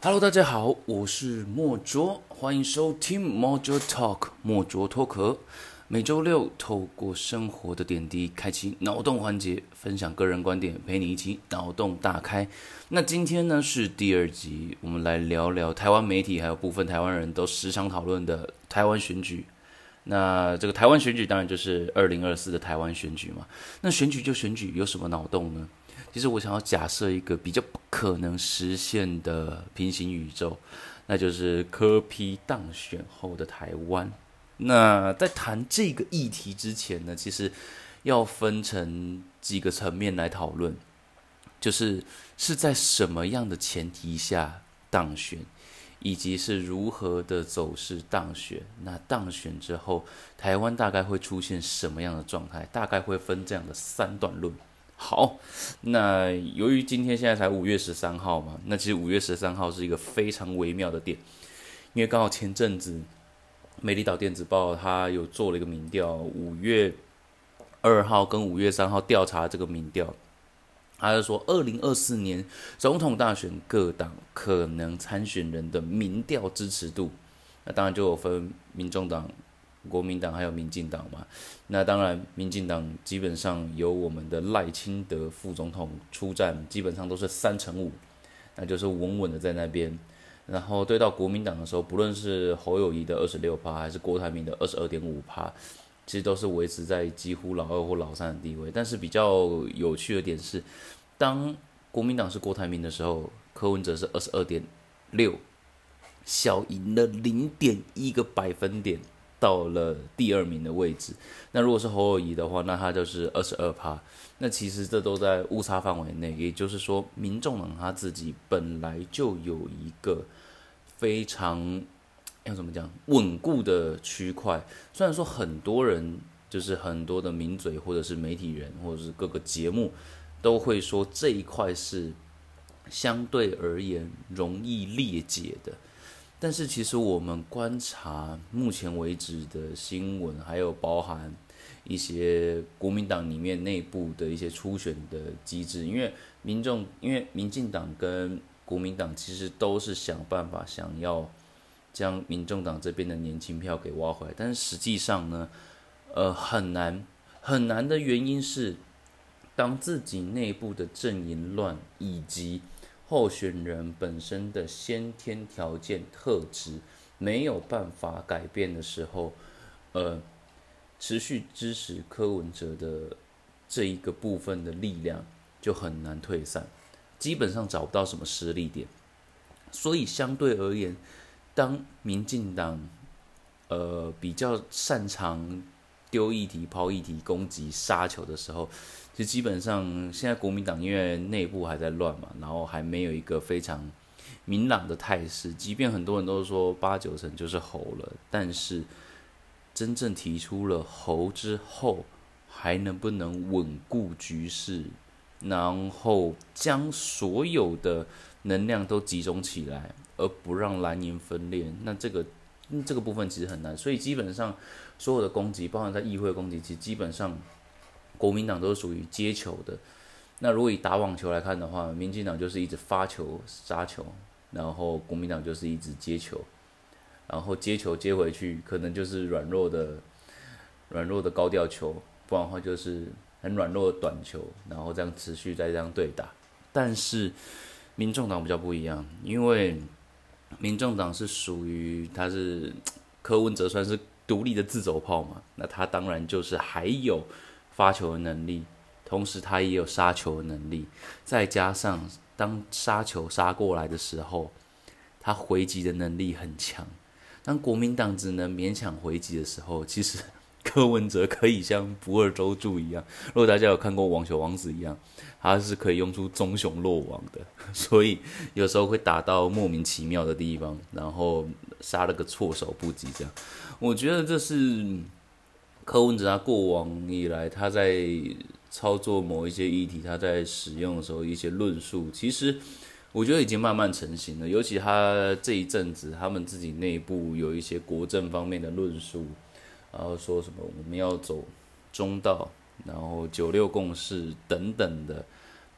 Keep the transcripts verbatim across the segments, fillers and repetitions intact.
Hello，大家好，我是莫卓，欢迎收听莫卓 Talk 莫卓脱壳。每周六透过生活的点滴，开启脑洞环节，分享个人观点，陪你一起脑洞大开。那今天呢是第二集，我们来聊聊台湾媒体还有部分台湾人都时常讨论的台湾选举。那这个台湾选举当然就是二零二四的台湾选举嘛。那选举就选举，有什么脑洞呢？其实我想要假设一个比较不可能实现的平行宇宙，那就是柯 P 当选后的台湾。那在谈这个议题之前呢，其实要分成几个层面来讨论，就是是在什么样的前提下当选，以及是如何的走势当选。那当选之后，台湾大概会出现什么样的状态？大概会分这样的三段论。好，那由于今天现在才五月十三号嘛，那其实五月十三号是一个非常微妙的点，因为刚好前阵子美丽岛电子报它有做了一个民调，五月二号跟五月三号调查这个民调，他就说二零二四年总统大选各党可能参选人的民调支持度，那当然就有分民众党、国民党还有民进党嘛。那当然民进党基本上由我们的赖清德副总统出战，基本上都是三成五，那就是稳稳的在那边。然后对到国民党的时候，不论是侯友宜的 百分之二十六 还是郭台铭的 百分之二十二点五， 其实都是维持在几乎老二或老三的地位。但是比较有趣的点是，当国民党是郭台铭的时候，柯文哲是 百分之二十二点六， 小赢了 零点一 个百分点，到了第二名的位置。那如果是侯友宜的话，那他就是 百分之二十二。 那其实这都在误差范围内，也就是说民众党他自己本来就有一个非常要怎么讲稳固的区块。虽然说很多人就是很多的名嘴或者是媒体人或者是各个节目都会说这一块是相对而言容易裂解的，但是其实我们观察目前为止的新闻，还有包含一些国民党里面内部的一些初选的机制，因为民众因为民进党跟国民党其实都是想办法想要将民众党这边的年轻票给挖回来，但是实际上呢，呃，很难很难的原因是，当自己内部的阵营乱，以及候选人本身的先天条件特质没有办法改变的时候，呃，持续支持柯文哲的这一个部分的力量就很难退散，基本上找不到什么施力点。所以相对而言，当民进党呃比较擅长丢议题、抛议题、攻击、杀球的时候，其实基本上现在国民党因为内部还在乱嘛，然后还没有一个非常明朗的态势，即便很多人都说八九成就是侯了，但是真正提出了侯之后，还能不能稳固局势，然后将所有的能量都集中起来，而不让蓝营分裂，那这个这个部分其实很难。所以基本上所有的攻击，包含在议会攻击，其实基本上国民党都是属于接球的。那如果以打网球来看的话，民进党就是一直发球杀球，然后国民党就是一直接球，然后接球接回去，可能就是软弱的软弱的高吊球，不然的话就是很软弱的短球，然后这样持续再这样对打。但是民众党比较不一样，因为民众党是属于他是柯文哲算是独立的自走炮嘛，那他当然就是还有发球的能力，同时他也有杀球的能力，再加上当杀球杀过来的时候，他回击的能力很强。当国民党只能勉强回击的时候，其实柯文哲可以像不二周助一样，如果大家有看过网球王子一样，他是可以用出棕熊落网的，所以有时候会打到莫名其妙的地方，然后杀了个措手不及这样。我觉得这是柯文哲他过往以来他在操作某一些议题，他在使用的时候一些论述，其实我觉得已经慢慢成型了。尤其他这一阵子他们自己内部有一些国政方面的论述，然后说什么我们要走中道，然后九六共识等等的，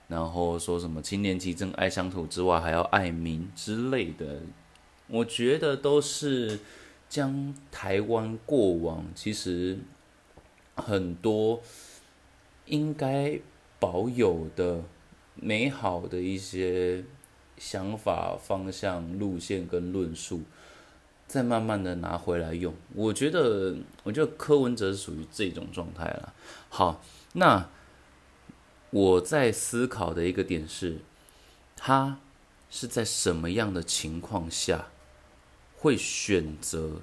然后说什么青年期正爱乡土之外还要爱民之类的，我觉得都是将台湾过往其实很多应该保有的美好的一些想法、方向、路线跟论述，再慢慢的拿回来用。我觉得，我觉得柯文哲是属于这种状态啦。好，那我在思考的一个点是，他是在什么样的情况下会选择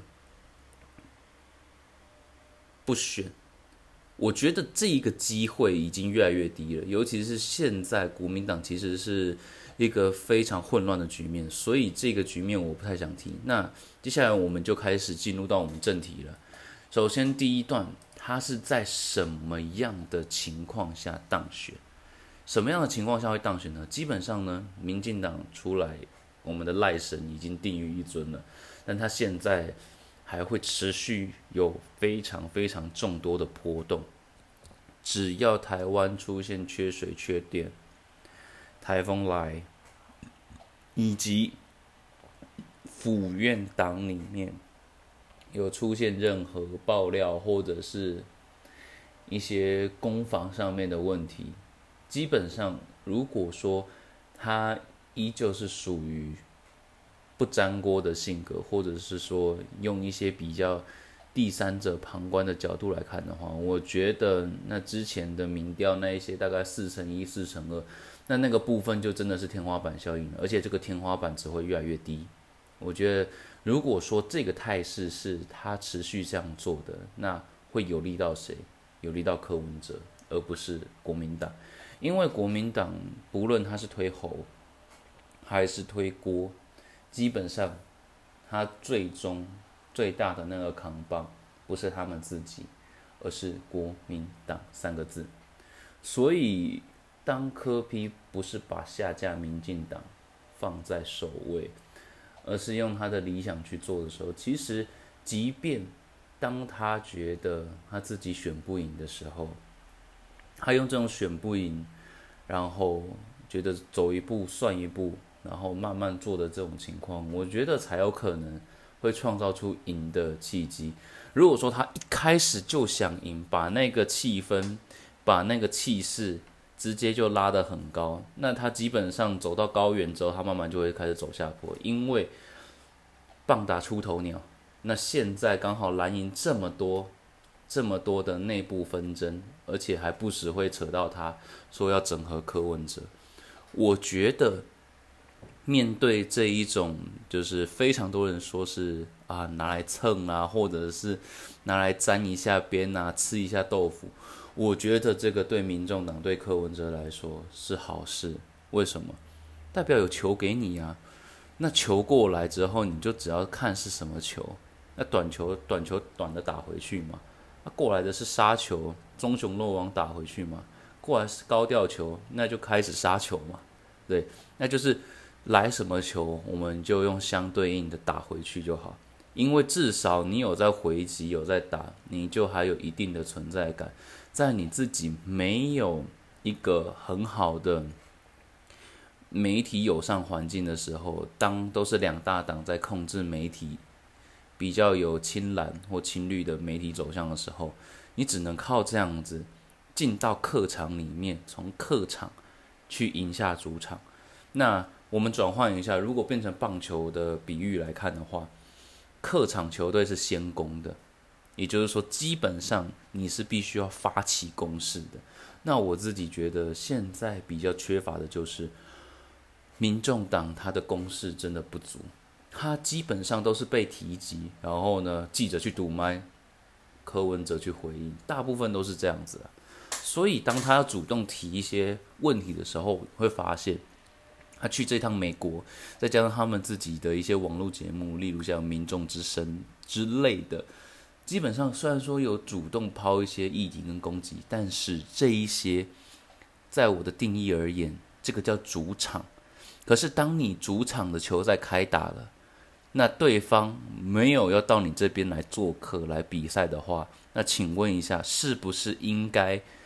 不选？我觉得这一个机会已经越来越低了，尤其是现在国民党其实是一个非常混乱的局面，所以这个局面我不太想提。那接下来我们就开始进入到我们正题了。首先第一段，他是在什么样的情况下当选？什么样的情况下会当选呢？基本上呢，民进党出来，我们的赖神已经定于一尊了，但他现在还会持续有非常非常众多的波动。只要台湾出现缺水、缺电、台风来，以及府院党里面有出现任何爆料或者是一些攻防上面的问题，基本上如果说他依旧是属于不沾锅的性格，或者是说用一些比较第三者旁观的角度来看的话，我觉得那之前的民调那一些大概四成一、四成二，那那个部分就真的是天花板效应了，而且这个天花板只会越来越低。我觉得如果说这个态势是他持续这样做的，那会有利到谁？有利到柯文哲，而不是国民党。因为国民党不论他是推侯还是推郭，基本上他最终最大的那个扛棒不是他们自己，而是国民党三个字。所以当柯 P 不是把下架民进党放在首位，而是用他的理想去做的时候，其实即便当他觉得他自己选不赢的时候，他用这种选不赢，然后觉得走一步算一步，然后慢慢做的这种情况，我觉得才有可能会创造出赢的契机。如果说他一开始就想赢，把那个气氛、把那个气势直接就拉得很高，那他基本上走到高原之后，他慢慢就会开始走下坡，因为棒打出头鸟。那现在刚好蓝营这么多、这么多的内部纷争，而且还不时会扯到他说要整合柯文哲。我觉得面对这一种，就是非常多人说是啊拿来蹭啊，或者是拿来沾一下边啊，吃一下豆腐。我觉得这个对民众党、对柯文哲来说是好事。为什么？代表有球给你啊。那球过来之后，你就只要看是什么球。那短球，短球短的打回去嘛。那过来的是杀球，棕熊漏网打回去嘛。过来是高吊球，那就开始杀球嘛。对，那就是来什么球，我们就用相对应的打回去就好。因为至少你有在回击，有在打，你就还有一定的存在感。在你自己没有一个很好的媒体友善环境的时候，当都是两大党在控制媒体，比较有亲蓝或亲绿的媒体走向的时候，你只能靠这样子进到客场里面，从客场去赢下主场。那我们转换一下，如果变成棒球的比喻来看的话，客场球队是先攻的，也就是说基本上你是必须要发起攻势的。那我自己觉得现在比较缺乏的就是民众党他的攻势真的不足，他基本上都是被提及，然后呢记者去堵麦，柯文哲去回应，大部分都是这样子啊。所以当他要主动提一些问题的时候，会发现他去这趟美国，再加上他们自己的一些网络节目，例如像民众之声之类的，基本上虽然说有主动抛一些议题跟攻击，但是这一些在我的定义而言，这个叫主场。可是当你主场的球赛开打了，那对方没有要到你这边来做客来比赛的话，那请问一下，是不是应该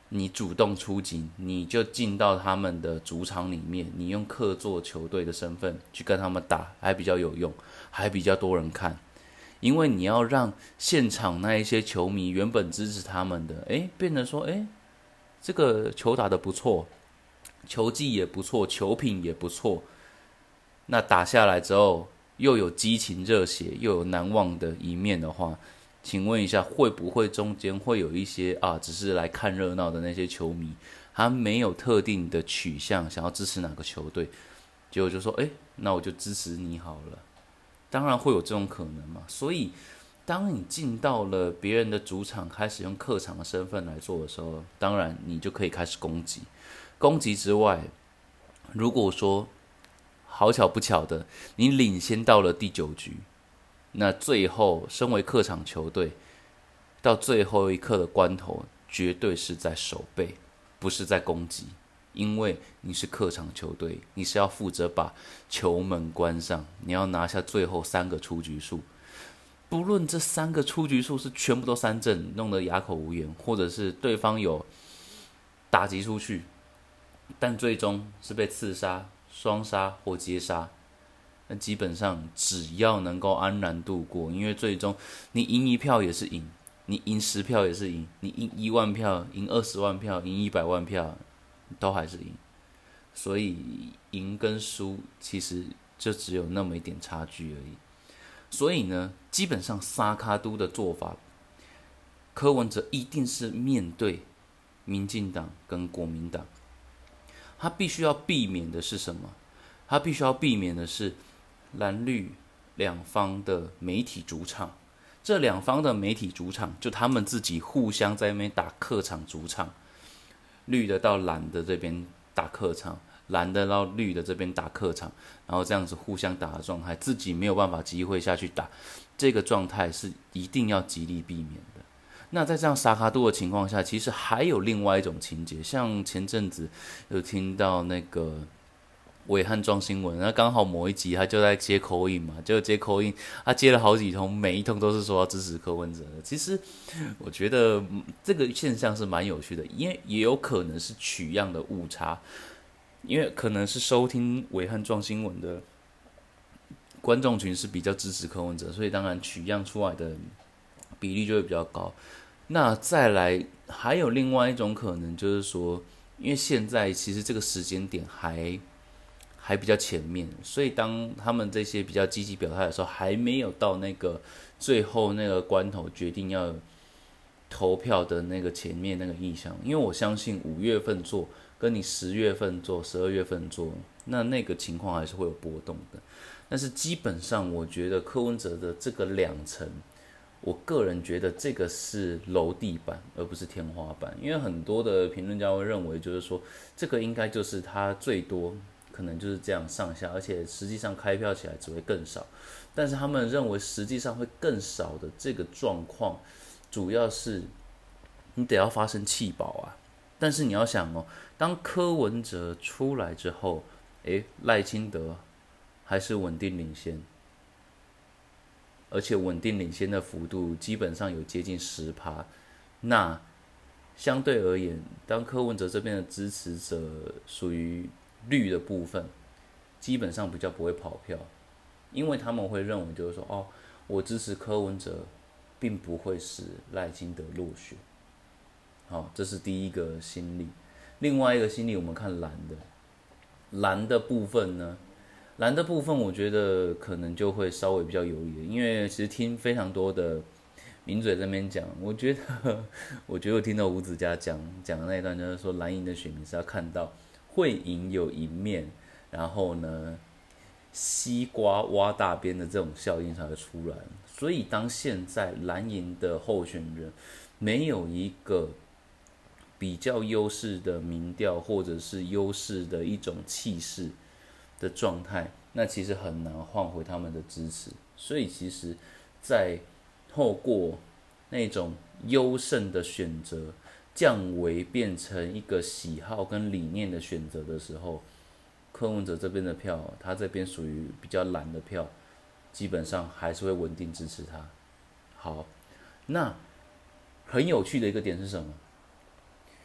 你主动出击，你就进到他们的主场里面，你用客座球队的身份去跟他们打，还比较有用，还比较多人看。因为你要让现场那一些球迷原本支持他们的，诶，变成说，诶，这个球打得不错，球技也不错，球品也不错。那打下来之后，又有激情热血，又有难忘的一面的话，请问一下，会不会中间会有一些啊，只是来看热闹的那些球迷，他没有特定的取向，想要支持哪个球队，结果就说，诶，那我就支持你好了。当然会有这种可能嘛，所以当你进到了别人的主场，开始用客场的身份来做的时候，当然你就可以开始攻击。攻击之外，如果说好巧不巧的，你领先到了第九局，那最后身为客场球队，到最后一刻的关头，绝对是在守备，不是在攻击。因为你是客场球队，你是要负责把球门关上，你要拿下最后三个出局数。不论这三个出局数是全部都三振，弄得哑口无言，或者是对方有打击出去，但最终是被刺杀、双杀或接杀，那基本上只要能够安然度过，因为最终你赢一票也是赢，你赢十票也是赢，你赢一万票、赢二十万票、赢一百万票。都还是赢，所以赢跟输其实就只有那么一点差距而已。所以呢，基本上沙卡都的做法，柯文哲一定是面对民进党跟国民党，他必须要避免的是什么？他必须要避免的是蓝绿两方的媒体主场。这两方的媒体主场，就他们自己互相在那边打客场主场。绿的到蓝的这边打客场，蓝的到绿的这边打客场，然后这样子互相打的状态，自己没有办法机会下去打，这个状态是一定要极力避免的。那在这样沙卡度的情况下，其实还有另外一种情节，像前阵子有听到那个伟汉撞新闻，那刚好某一集他就在接口音嘛，就接口音，他接了好几通，每一通都是说要支持柯文哲的。其实我觉得这个现象是蛮有趣的，因为也有可能是取样的误差，因为可能是收听伟汉撞新闻的观众群是比较支持柯文哲，所以当然取样出来的比例就会比较高。那再来还有另外一种可能，就是说，因为现在其实这个时间点还。还比较前面，所以当他们这些比较积极表态的时候，还没有到那个最后那个关头决定要投票的那个前面那个意向。因为我相信五月份做跟你十月份做、十二月份做，那那个情况还是会有波动的。但是基本上，我觉得柯文哲的这个两层，我个人觉得这个是楼地板，而不是天花板。因为很多的评论家会认为，就是说这个应该就是他最多。可能就是这样上下，而且实际上开票起来只会更少。但是他们认为实际上会更少的这个状况，主要是你得要发生弃保啊。但是你要想哦，当柯文哲出来之后，诶，赖清德还是稳定领先，而且稳定领先的幅度基本上有接近 百分之十。那相对而言，当柯文哲这边的支持者属于绿的部分，基本上比较不会跑票，因为他们会认为就是说，哦，我支持柯文哲，并不会使赖清德落选。好，这是第一个心理。另外一个心理，我们看蓝的，蓝的部分呢，蓝的部分我觉得可能就会稍微比较有利，因为其实听非常多的名嘴在那边讲，我觉得，我觉得我听到吴子嘉讲讲的那一段，就是说蓝营的选民是要看到。会赢有赢面，然后呢，西瓜挖大边的这种效应才会出来。所以，当现在蓝营的候选人没有一个比较优势的民调，或者是优势的一种气势的状态，那其实很难换回他们的支持。所以，其实，在透过那种优胜的选择。降为变成一个喜好跟理念的选择的时候，柯文哲这边的票，他这边属于比较蓝的票，基本上还是会稳定支持他。好，那很有趣的一个点是什么？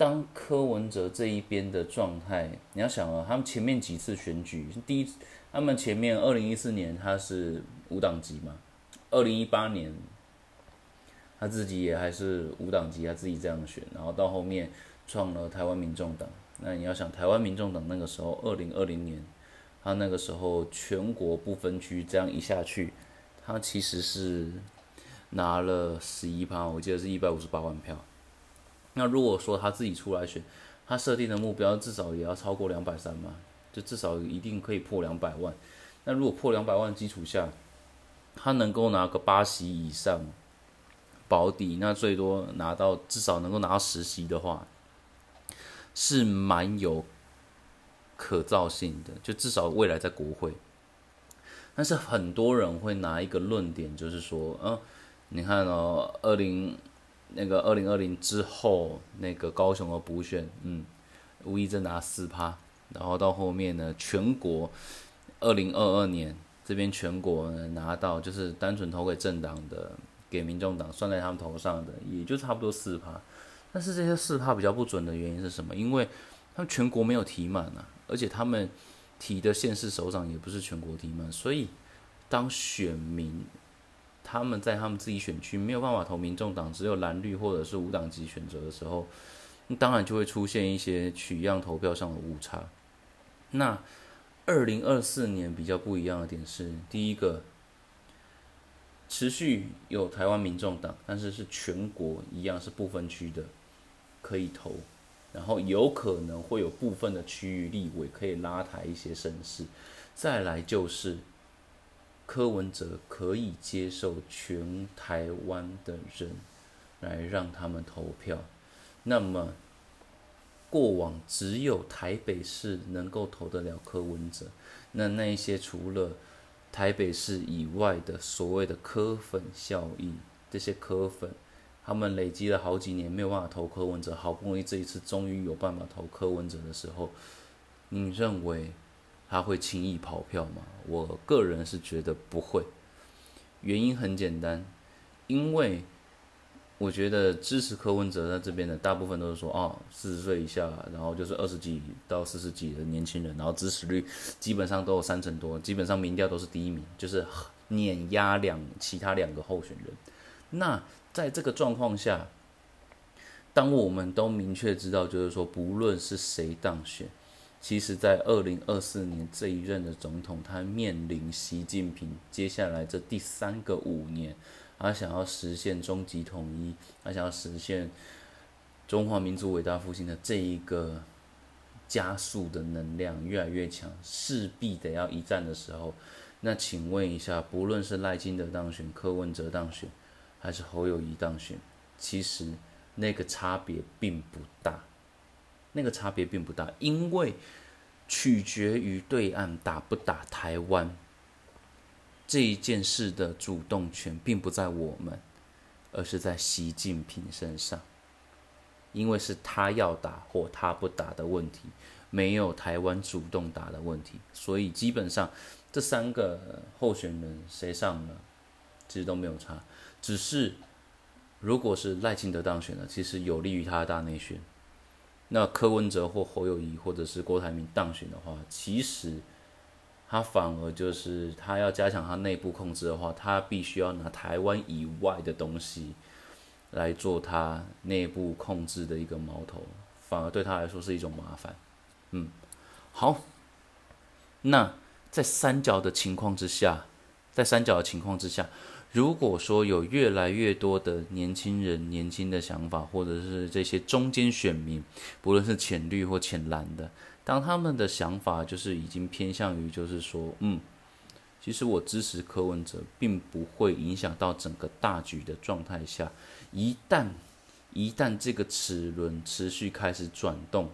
当柯文哲这一边的状态，你要想啊，他们前面几次选举，第一，他们前面二零一四年他是无党籍嘛，二零一八年他自己也还是无党籍，他自己这样选，然后到后面创了台湾民众党。那你要想，台湾民众党那个时候，二零二零年，他那个时候全国不分区这样一下去，他其实是拿了十一趴，我记得是一百五十八万票。那如果说他自己出来选，他设定的目标至少也要超过两百三嘛，就至少一定可以破两百万。那如果破两百万基础下，他能够拿个八席以上保底，那最多拿到至少能够拿到十席的话，是蛮有可造性的，就至少未来在国会。但是很多人会拿一个论点，就是说，嗯，你看哦，二零那个二零二零之后，那个高雄的补选，嗯，吴怡正拿四趴，然后到后面呢，全国二零二二年这边全国呢拿到就是单纯投给政党的，给民众党算在他们头上的，也就差不多四趴。但是这些四趴比较不准的原因是什么？因为他们全国没有提满啊，而且他们提的县市首长也不是全国提满，所以当选民他们在他们自己选区没有办法投民众党，只有蓝绿或者是无党籍选择的时候，当然就会出现一些取样投票上的误差。那二零二四年比较不一样的点是，第一个，持续有台湾民众党，但是是全国一样是不分区的可以投，然后有可能会有部分的区域立委可以拉抬一些声势。再来就是柯文哲可以接受全台湾的人来让他们投票，那么过往只有台北市能够投得了柯文哲，那那一些除了台北市以外的所谓的柯粉效应，这些柯粉他们累积了好几年没有办法投柯文哲，好不容易这一次终于有办法投柯文哲的时候，你认为他会轻易跑票吗？我个人是觉得不会，原因很简单，因为我觉得支持柯文哲在这边的大部分都是说，哦，四十岁以下，然后就是二十几到四十几的年轻人，然后支持率基本上都有三成多，基本上民调都是第一名，就是碾压两其他两个候选人。那在这个状况下，当我们都明确知道，就是说不论是谁当选，其实在二零二四年这一任的总统，他面临习近平接下来这第三个五年，他想要实现终极统一，他想要实现中华民族伟大复兴的这一个加速的能量越来越强，势必得要一战的时候，那请问一下，不论是赖清德当选、柯文哲当选，还是侯友宜当选，其实那个差别并不大，那个差别并不大，因为取决于对岸打不打台湾。这一件事的主动权并不在我们，而是在习近平身上，因为是他要打或他不打的问题，没有台湾主动打的问题，所以基本上这三个候选人谁上了，其实都没有差，只是如果是赖清德当选了，其实有利于他的大内宣。那柯文哲或侯友宜或者是郭台铭当选的话，其实他反而就是他要加强他内部控制的话，他必须要拿台湾以外的东西来做他内部控制的一个矛头，反而对他来说是一种麻烦。嗯，好，那在三角的情况之下，在三角的情况之下，如果说有越来越多的年轻人、年轻的想法，或者是这些中间选民，不论是浅绿或浅蓝的，当他们的想法就是已经偏向于，就是说，嗯，其实我支持柯文哲，并不会影响到整个大局的状态下，一旦一旦这个齿轮持续开始转动，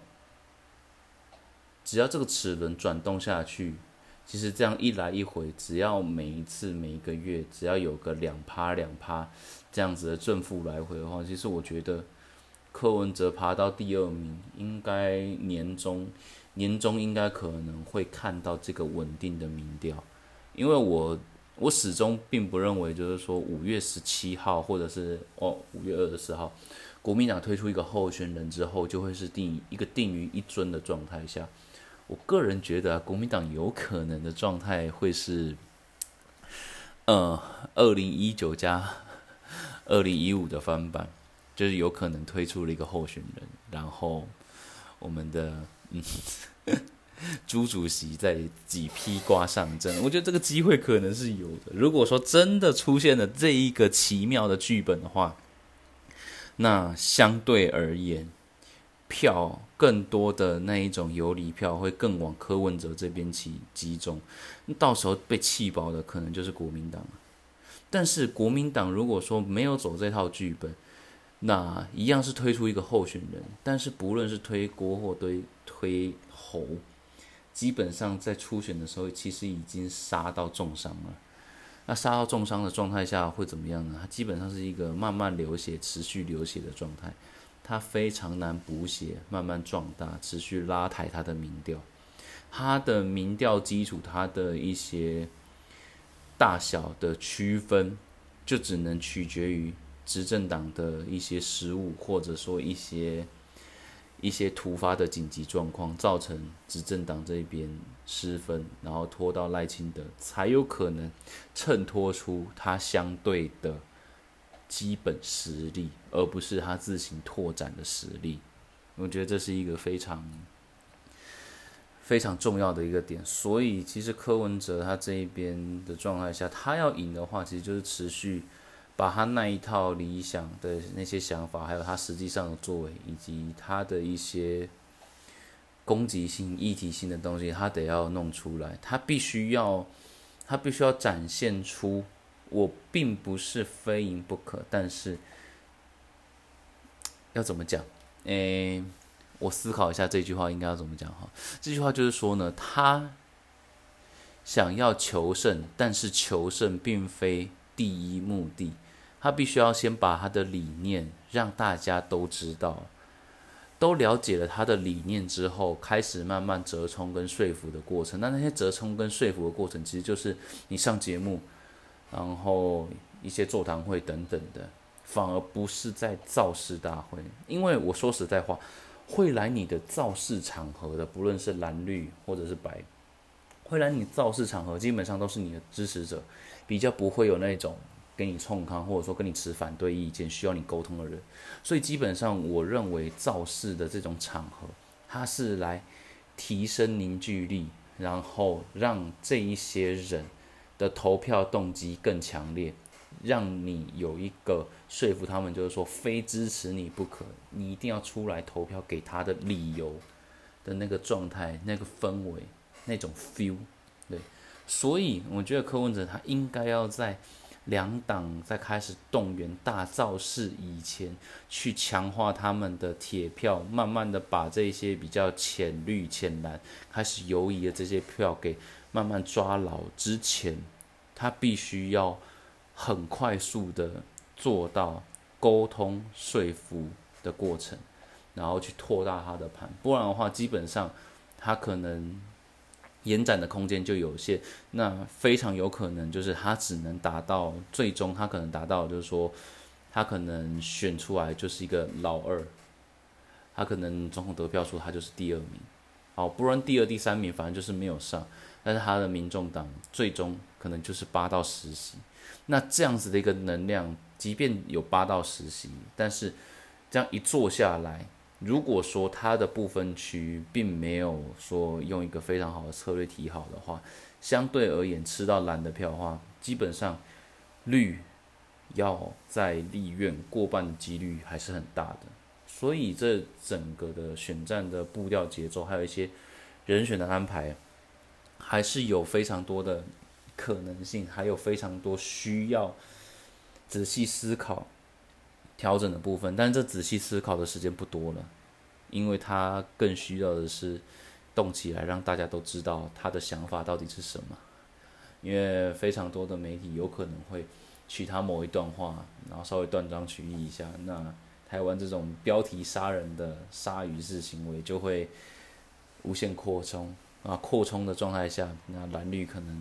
只要这个齿轮转动下去，其实这样一来一回，只要每一次每一个月，只要有个两趴两趴这样子的正负来回的话，其实我觉得柯文哲爬到第二名，应该年终年终应该可能会看到这个稳定的民调，因为我我始终并不认为就是说五月十七号或者是哦五月二十四号国民党推出一个候选人之后，就会是定一个定于一尊的状态下。我个人觉得、啊，国民党有可能的状态会是，呃，二零一九加二零一五的翻版，就是有可能推出了一个候选人，然后我们的嗯。朱主席在几披挂上阵，我觉得这个机会可能是有的。如果说真的出现了这一个奇妙的剧本的话，那相对而言，票更多的那一种游离票会更往柯文哲这边集集中，到时候被气爆的可能就是国民党。但是国民党如果说没有走这套剧本，那一样是推出一个候选人，但是不论是推郭或推推侯，基本上在初选的时候，其实已经杀到重伤了。那杀到重伤的状态下会怎么样呢？它基本上是一个慢慢流血、持续流血的状态，它非常难补血，慢慢壮大，持续拉抬它的民调。它的民调基础，它的一些大小的区分，就只能取决于执政党的一些失误，或者说一些。一些突发的紧急状况造成执政党这边失分，然后拖到赖清德，才有可能衬托出他相对的基本实力，而不是他自行拓展的实力。我觉得这是一个非常非常重要的一个点。所以其实柯文哲他这一边的状态下，他要赢的话，其实就是持续把他那一套理想的那些想法，还有他实际上的作为，以及他的一些攻击性、议题性的东西，他得要弄出来。他必须要，他必须要展现出，我并不是非赢不可，但是要怎么讲？诶，我思考一下这句话应该要怎么讲哈。这句话就是说呢，他想要求胜，但是求胜并非第一目的。他必须要先把他的理念让大家都知道，都了解了他的理念之后，开始慢慢折冲跟说服的过程。那那些折冲跟说服的过程，其实就是你上节目，然后一些座谈会等等的，反而不是在造势大会。因为我说实在话，会来你的造势场合的，不论是蓝绿或者是白，会来你造势场合，基本上都是你的支持者，比较不会有那种跟你冲康，或者说跟你持反对意见，需要你沟通的人。所以基本上，我认为造势的这种场合，它是来提升凝聚力，然后让这一些人的投票动机更强烈，让你有一个说服他们，就是说非支持你不可，你一定要出来投票给他的理由的那个状态、那个氛围、那种 feel。对，所以我觉得柯文哲他应该要在两党在开始动员大造势以前，去强化他们的铁票，慢慢的把这些比较浅绿、浅蓝开始游移的这些票给慢慢抓牢之前，他必须要很快速的做到沟通说服的过程，然后去拓大他的盘，不然的话，基本上他可能延展的空间就有限，那非常有可能就是他只能达到最终，他可能达到就是说，他可能选出来就是一个老二，他可能总统得票数他就是第二名，好，不然第二、第三名反正就是没有上，但是他的民众党最终可能就是八到十席，那这样子的一个能量，即便有八到十席，但是这样一做下来。如果说它的部分区并没有说用一个非常好的策略提好的话，相对而言吃到蓝的票的话，基本上绿要在立院过半的几率还是很大的。所以这整个的选战的步调节奏，还有一些人选的安排，还是有非常多的可能性，还有非常多需要仔细思考调整的部分，但是这仔细思考的时间不多了，因为他更需要的是动起来，让大家都知道他的想法到底是什么。因为非常多的媒体有可能会取他某一段话，然后稍微断章取义一下，那台湾这种标题杀人的鲨鱼式行为就会无限扩充啊，扩充的状态下，那蓝绿可能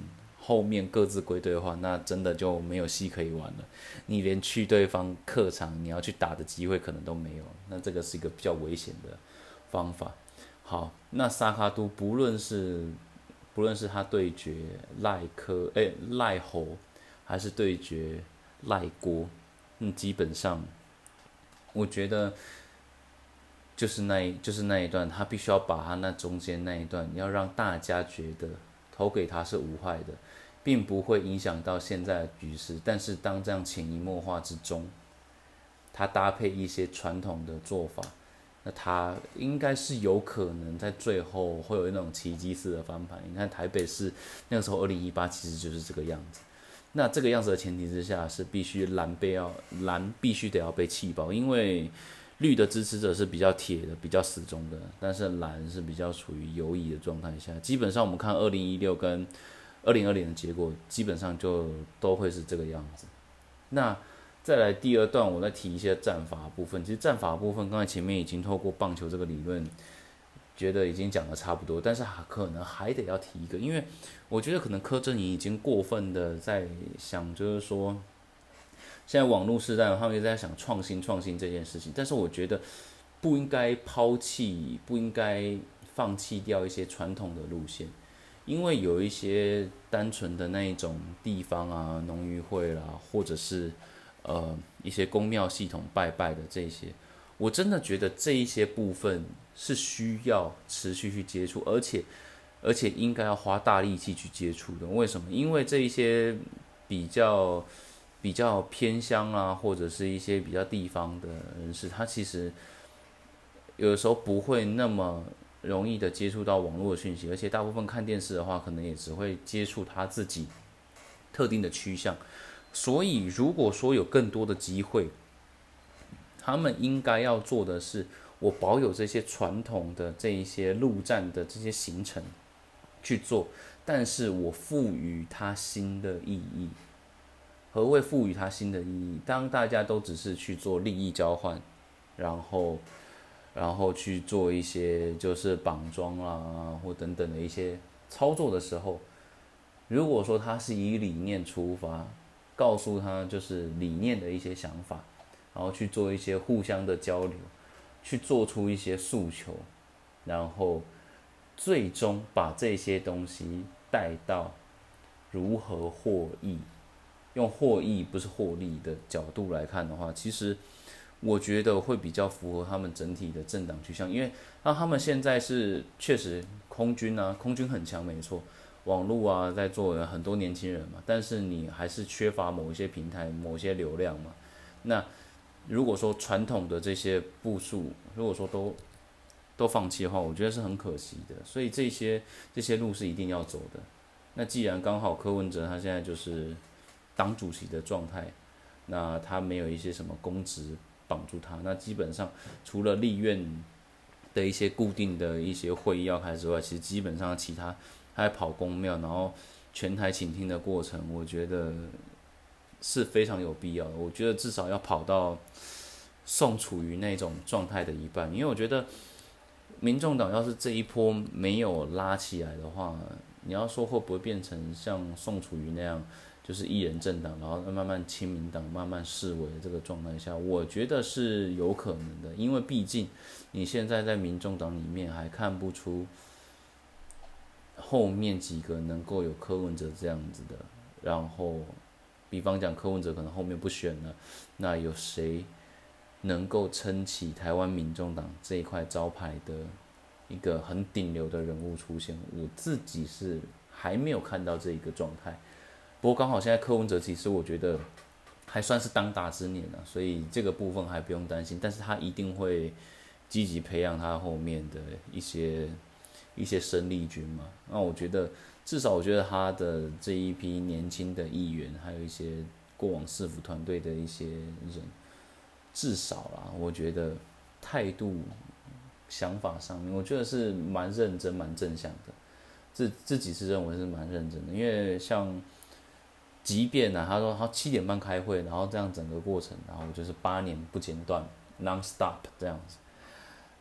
后面各自归队的话，那真的就没有戏可以玩了。你连去对方客场你要去打的机会可能都没有，那这个是一个比较危险的方法。好，那萨卡都不论是不论是他对决赖科诶赖侯，还是对决赖郭，嗯，基本上我觉得就是那一就是那一段，他必须要把他那中间那一段，要让大家觉得投给他是无害的，并不会影响到现在的局势。但是当这样潜移默化之中，他搭配一些传统的做法，那他应该是有可能在最后会有那种奇迹式的翻盘。你看台北市那个时候二零一八其实就是这个样子。那这个样子的前提之下，是必须蓝被要蓝必须得要被气爆，因为绿的支持者是比较铁的、比较死忠的，但是蓝是比较处于犹疑的状态下。基本上我们看二零一六跟二零二零的结果，基本上就都会是这个样子。那再来第二段，我再提一些战法的部分。其实战法的部分，刚才前面已经透过棒球这个理论，觉得已经讲的差不多，但是可能还得要提一个，因为我觉得可能柯震宇已经过分的在想，就是说。现在网络时代，他们一直在想创新创新这件事情，但是我觉得不应该抛弃，不应该放弃掉一些传统的路线，因为有一些单纯的那一种地方啊，农渔会啦，或者是呃一些宫庙系统拜拜的这些，我真的觉得这一些部分是需要持续去接触，而且而且应该要花大力气去接触的。为什么？因为这一些比较。比较偏乡啊，或者是一些比较地方的人士，他其实有的时候不会那么容易的接触到网络的讯息，而且大部分看电视的话，可能也只会接触他自己特定的趋向。所以，如果说有更多的机会，他们应该要做的是，我保有这些传统的这一些陆战的这些行程去做，但是我赋予它新的意义。何谓赋予它新的意义？当大家都只是去做利益交换，然后，然后去做一些就是绑桩啊或等等的一些操作的时候，如果说他是以理念出发，告诉他就是理念的一些想法，然后去做一些互相的交流，去做出一些诉求，然后最终把这些东西带到如何获益。用获益不是获利的角度来看的话，其实我觉得会比较符合他们整体的政党趋向，因为那他们现在是确实空军啊，空军很强没错，网络啊在做很多年轻人嘛，但是你还是缺乏某一些平台、某些流量嘛。那如果说传统的这些步数，如果说都都放弃的话，我觉得是很可惜的。所以这些这些路是一定要走的。那既然刚好柯文哲他现在就是党主席的状态，那他没有一些什么公职绑住他，那基本上除了立院的一些固定的一些会议要开之外，其实基本上其他他在跑公庙，然后全台倾听的过程，我觉得是非常有必要的。我觉得至少要跑到宋楚瑜那种状态的一半，因为我觉得民众党要是这一波没有拉起来的话，你要说会不会变成像宋楚瑜那样？就是一人政党，然后慢慢亲民党慢慢式微的这个状态下，我觉得是有可能的，因为毕竟你现在在民众党里面还看不出后面几个能够有柯文哲这样子的，然后比方讲柯文哲可能后面不选了，那有谁能够撑起台湾民众党这一块招牌的一个很顶流的人物出现？我自己是还没有看到这一个状态。不过刚好现在柯文哲其实我觉得还算是当打之年了，所以这个部分还不用担心。但是他一定会积极培养他后面的一些一些生力军嘛。那我觉得至少我觉得他的这一批年轻的议员，还有一些过往市府团队的一些人，至少啦，我觉得态度、想法上面，我觉得是蛮认真、蛮正向的。自自己是认为是蛮认真的，因为像。即便呢、啊，他说他七点半开会，然后这样整个过程，然后就是八年不间断 ，non stop 这样子。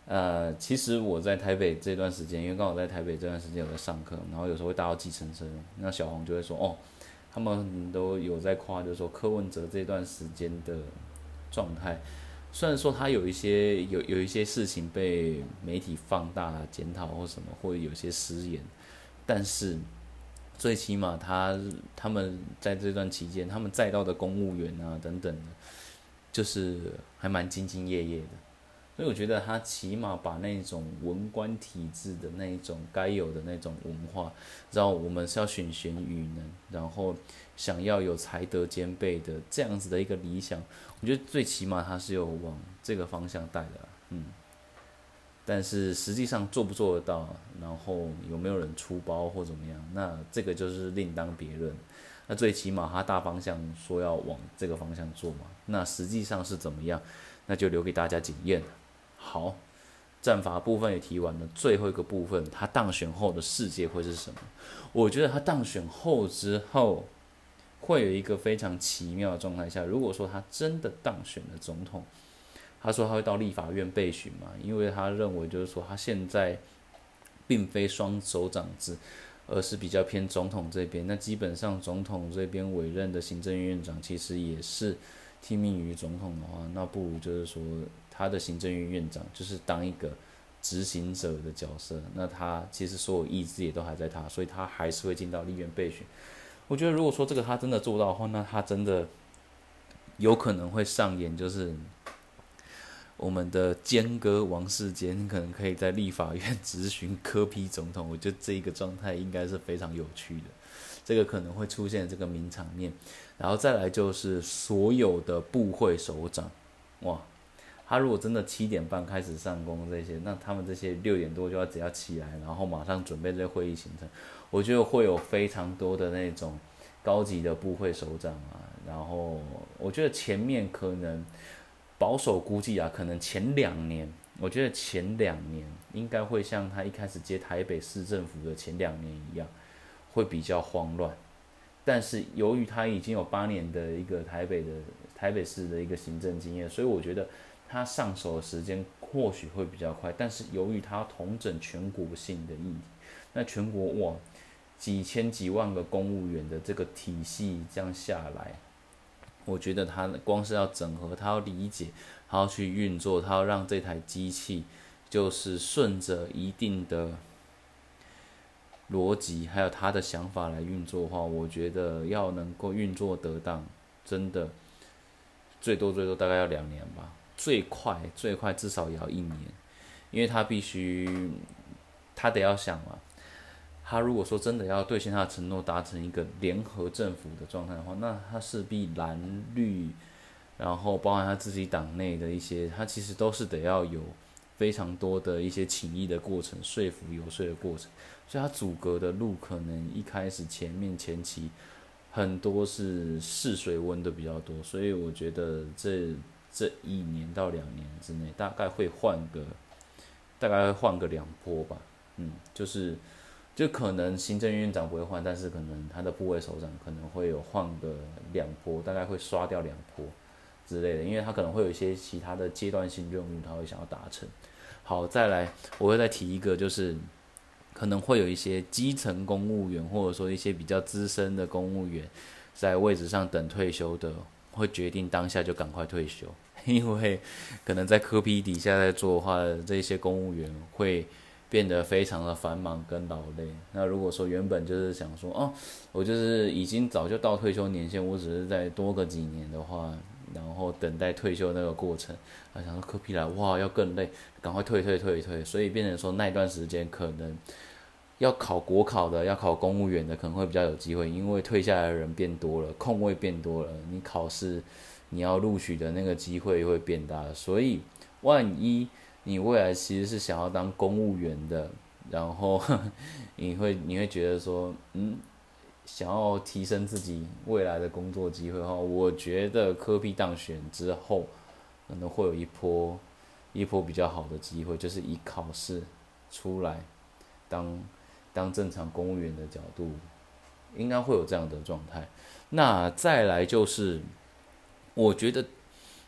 呃，其实我在台北这段时间，因为刚好在台北这段时间有在上课，然后有时候会搭到计程车，那小黄就会说，哦，他们都有在夸，就是说柯文哲这段时间的状态，虽然说他有一些有有一些事情被媒体放大检讨或什么，或者有些失言，但是最起码他他们在这段期间，他们载到的公务员啊等等的，就是还蛮兢兢业业的。所以我觉得他起码把那种文官体制的那一种该有的那种文化，然后我们是要选贤与能，然后想要有才德兼备的这样子的一个理想，我觉得最起码他是有往这个方向带的，嗯。但是实际上做不做得到，然后有没有人出包或怎么样，那这个就是另当别论。那最起码他大方向说要往这个方向做嘛，那实际上是怎么样，那就留给大家检验了。好，战法部分也提完了，最后一个部分，他当选后的世界会是什么？我觉得他当选后之后，会有一个非常奇妙的状态下，如果说他真的当选了总统，他说他会到立法院备询嘛，因为他认为就是说他现在并非双首长制，而是比较偏总统这边。那基本上总统这边委任的行政院院长其实也是听命于总统的话，那不如就是说他的行政院院长就是当一个执行者的角色，那他其实所有意志也都还在他，所以他还是会进到立院备询。我觉得如果说这个他真的做到的话，那他真的有可能会上演就是我们的坚哥王世坚可能可以在立法院质询柯 P 总统，我觉得这一个状态应该是非常有趣的，这个可能会出现这个名场面。然后再来就是所有的部会首长，哇，他如果真的七点半开始上工这些，那他们这些六点多就要只要起来，然后马上准备这些会议行程，我觉得会有非常多的那种高级的部会首长啊，然后我觉得前面可能保守估计啊，可能前两年，我觉得前两年应该会像他一开始接台北市政府的前两年一样，会比较慌乱。但是由于他已经有八年的一个台北的台北市的一个行政经验，所以我觉得他上手的时间或许会比较快。但是由于他统整全国性的议题，那全国哇几千几万个公务员的这个体系这样下来，我觉得他光是要整合，他要理解，他要去运作，他要让这台机器就是顺着一定的逻辑还有他的想法来运作的话，我觉得要能够运作得当，真的最多最多大概要两年吧，最快最快至少也要一年，因为他必须他得要想嘛，他如果说真的要兑现他的承诺，达成一个联合政府的状态的话，那他势必蓝绿，然后包含他自己党内的一些，他其实都是得要有非常多的一些情谊的过程，说服游说的过程，所以他阻隔的路可能一开始前面前期很多是试水温的比较多，所以我觉得这这一年到两年之内，大概会换个大概会换个两波吧，嗯，就是就可能行政院长不会换，但是可能他的部位首长可能会有换个两波，大概会刷掉两波之类的，因为他可能会有一些其他的阶段性任务，他会想要达成。好，再来，我会再提一个，就是可能会有一些基层公务员，或者说一些比较资深的公务员，在位置上等退休的，会决定当下就赶快退休，因为可能在柯 P 底下在做的话，这些公务员会变得非常的繁忙跟劳累。那如果说原本就是想说，哦，我就是已经早就到退休年限，我只是再多个几年的话，然后等待退休那个过程，啊，想说柯 P 来，哇，要更累，赶快退退退退，所以变成说那段时间可能要考国考的，要考公务员的，可能会比较有机会，因为退下来的人变多了，空位变多了，你考试你要录取的那个机会会变大，所以万一你未来其实是想要当公务员的，然后呵呵你会你会觉得说，嗯，想要提升自己未来的工作机会的话，我觉得柯 P 当选之后，可能会有一波一波比较好的机会，就是以考试出来当当正常公务员的角度，应该会有这样的状态。那再来就是，我觉得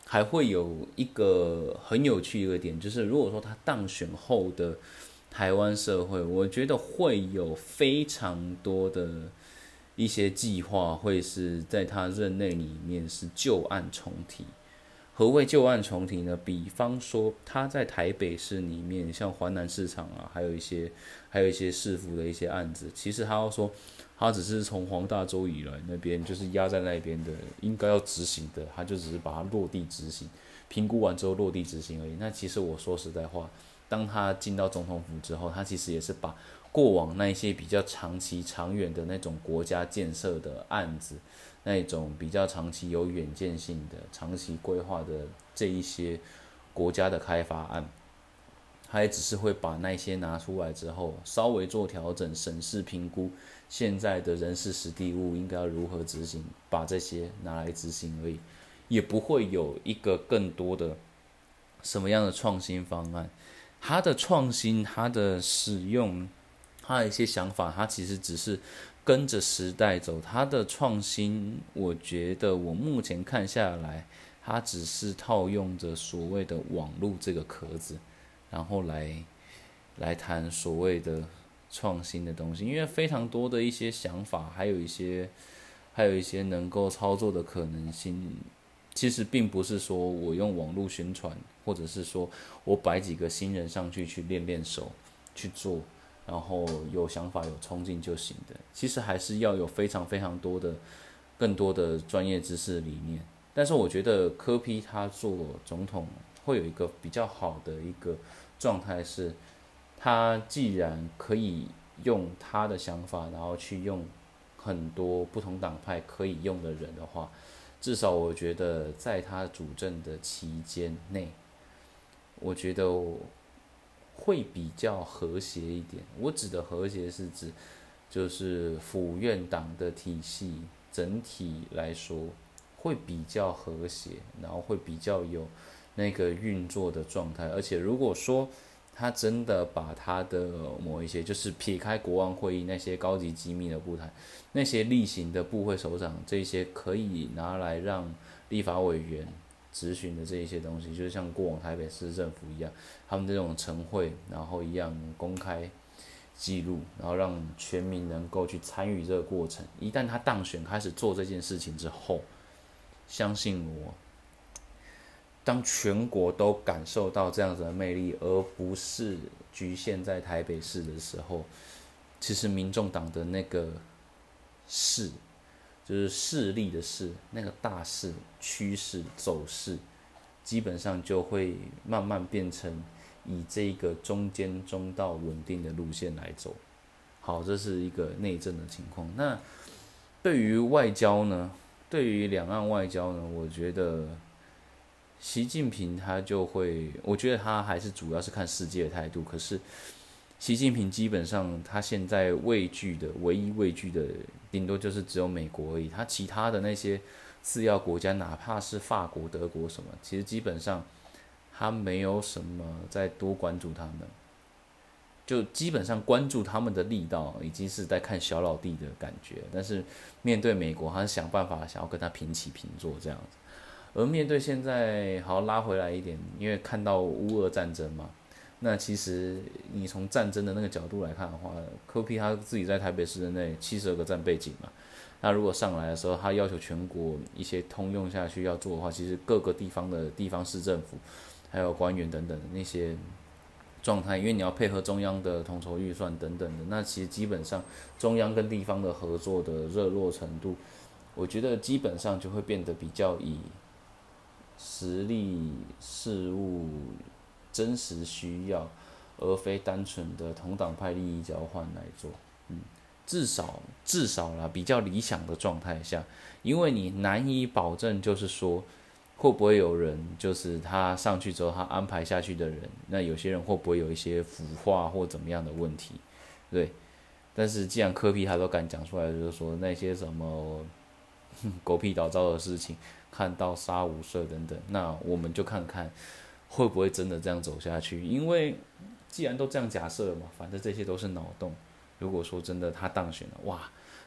还会有一个很有趣的一个点，就是如果说他当选后的台湾社会，我觉得会有非常多的一些计划，会是在他任内里面是旧案重提。何谓旧案重提呢？比方说他在台北市里面，像环南市场啊，还有一些还有一些市府的一些案子，其实他要说，他只是从黄大洲以来那边就是压在那边的，应该要执行的，他就只是把它落地执行，评估完之后落地执行而已。那其实我说实在话，当他进到总统府之后，他其实也是把过往那一些比较长期、长远的那种国家建设的案子，那种比较长期有远见性的、长期规划的这一些国家的开发案，他也只是会把那些拿出来之后，稍微做调整、审视、评估现在的人事实地物应该要如何执行，把这些拿来执行而已，也不会有一个更多的什么样的创新方案。他的创新、他的使用、他的一些想法，他其实只是跟着时代走。他的创新，我觉得我目前看下来，他只是套用着所谓的网络这个壳子，然后来来谈所谓的创新的东西。因为非常多的一些想法，还有一些还有一些能够操作的可能性，其实并不是说我用网络宣传，或者是说我摆几个新人上去去练练手去做，然后有想法有冲劲就行的。其实还是要有非常非常多的更多的专业知识理念。但是我觉得柯 P 他做总统会有一个比较好的一个状态是，他既然可以用他的想法，然后去用很多不同党派可以用的人的话，至少我觉得在他主政的期间内，我觉得会比较和谐一点。我指的和谐是指，就是府院党的体系整体来说会比较和谐，然后会比较有那个运作的状态。而且如果说他真的把他的某一些，就是撇开国安会议那些高级机密的部台，那些例行的部会首长，这些可以拿来让立法委员质询的这一些东西，就是像过往台北市政府一样，他们这种晨会，然后一样公开记录，然后让全民能够去参与这个过程。一旦他当选开始做这件事情之后，相信我，当全国都感受到这样子的魅力，而不是局限在台北市的时候，其实民众党的那个势，就是势力的势，那个大势、趋势、走势，基本上就会慢慢变成以这个中间中道稳定的路线来走。好，这是一个内政的情况。那对于外交呢？对于两岸外交呢？我觉得习近平他就会，我觉得他还是主要是看世界的态度。可是习近平基本上他现在畏惧的唯一畏惧的，顶多就是只有美国而已。他其他的那些次要国家，哪怕是法国、德国什么，其实基本上他没有什么再多关注他们。就基本上关注他们的力道已经是在看小老弟的感觉，但是面对美国，他是想办法想要跟他平起平坐这样子。而面对现在，好拉回来一点，因为看到乌俄战争嘛，那其实你从战争的那个角度来看的话，柯 P 他自己在台北市的内七十二个战备警嘛，那如果上来的时候，他要求全国一些通用下去要做的话，其实各个地方的地方市政府，还有官员等等的那些状态，因为你要配合中央的统筹预算等等的，那其实基本上中央跟地方的合作的热络程度，我觉得基本上就会变得比较以实力、事务、真实需要，而非单纯的同党派利益交换来做。嗯，至少至少啦，比较理想的状态下，因为你难以保证，就是说会不会有人，就是他上去之后，他安排下去的人，那有些人会不会有一些腐化或怎么样的问题，对？但是既然柯 P 他都敢讲出来，就是说那些什么狗屁倒灶的事情，看到杀无赦等等，那我们就看看会不会真的这样走下去。因为既然都这样假设了嘛，反正这些都是脑洞。如果说真的他当选了，哇，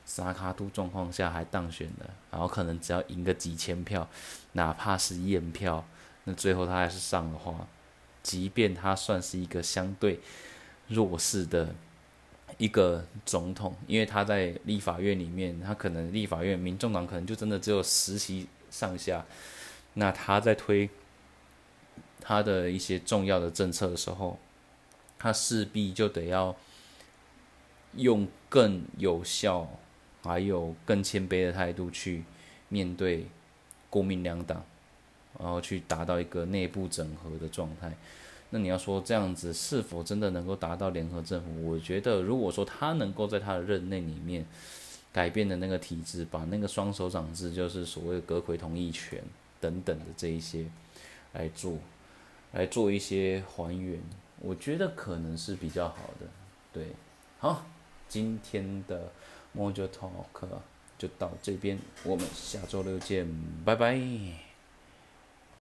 萨卡都状况下还当选了，然后可能只要赢个几千票，哪怕是验票，那最后他还是上的话，即便他算是一个相对弱势的一个总统，因为他在立法院里面，他可能立法院民众党可能就真的只有十席上下，那他在推他的一些重要的政策的时候，他势必就得要用更有效，还有更谦卑的态度去面对国民两党，然后去达到一个内部整合的状态。那你要说这样子是否真的能够达到联合政府？我觉得，如果说他能够在他的任内里面改变的那个体制，把那个双手掌制，就是所谓的阁揆同意权等等的这一些来做，来做一些还原，我觉得可能是比较好的。对，好，今天的 Mojo Talk 就到这边，我们下周六见，拜拜。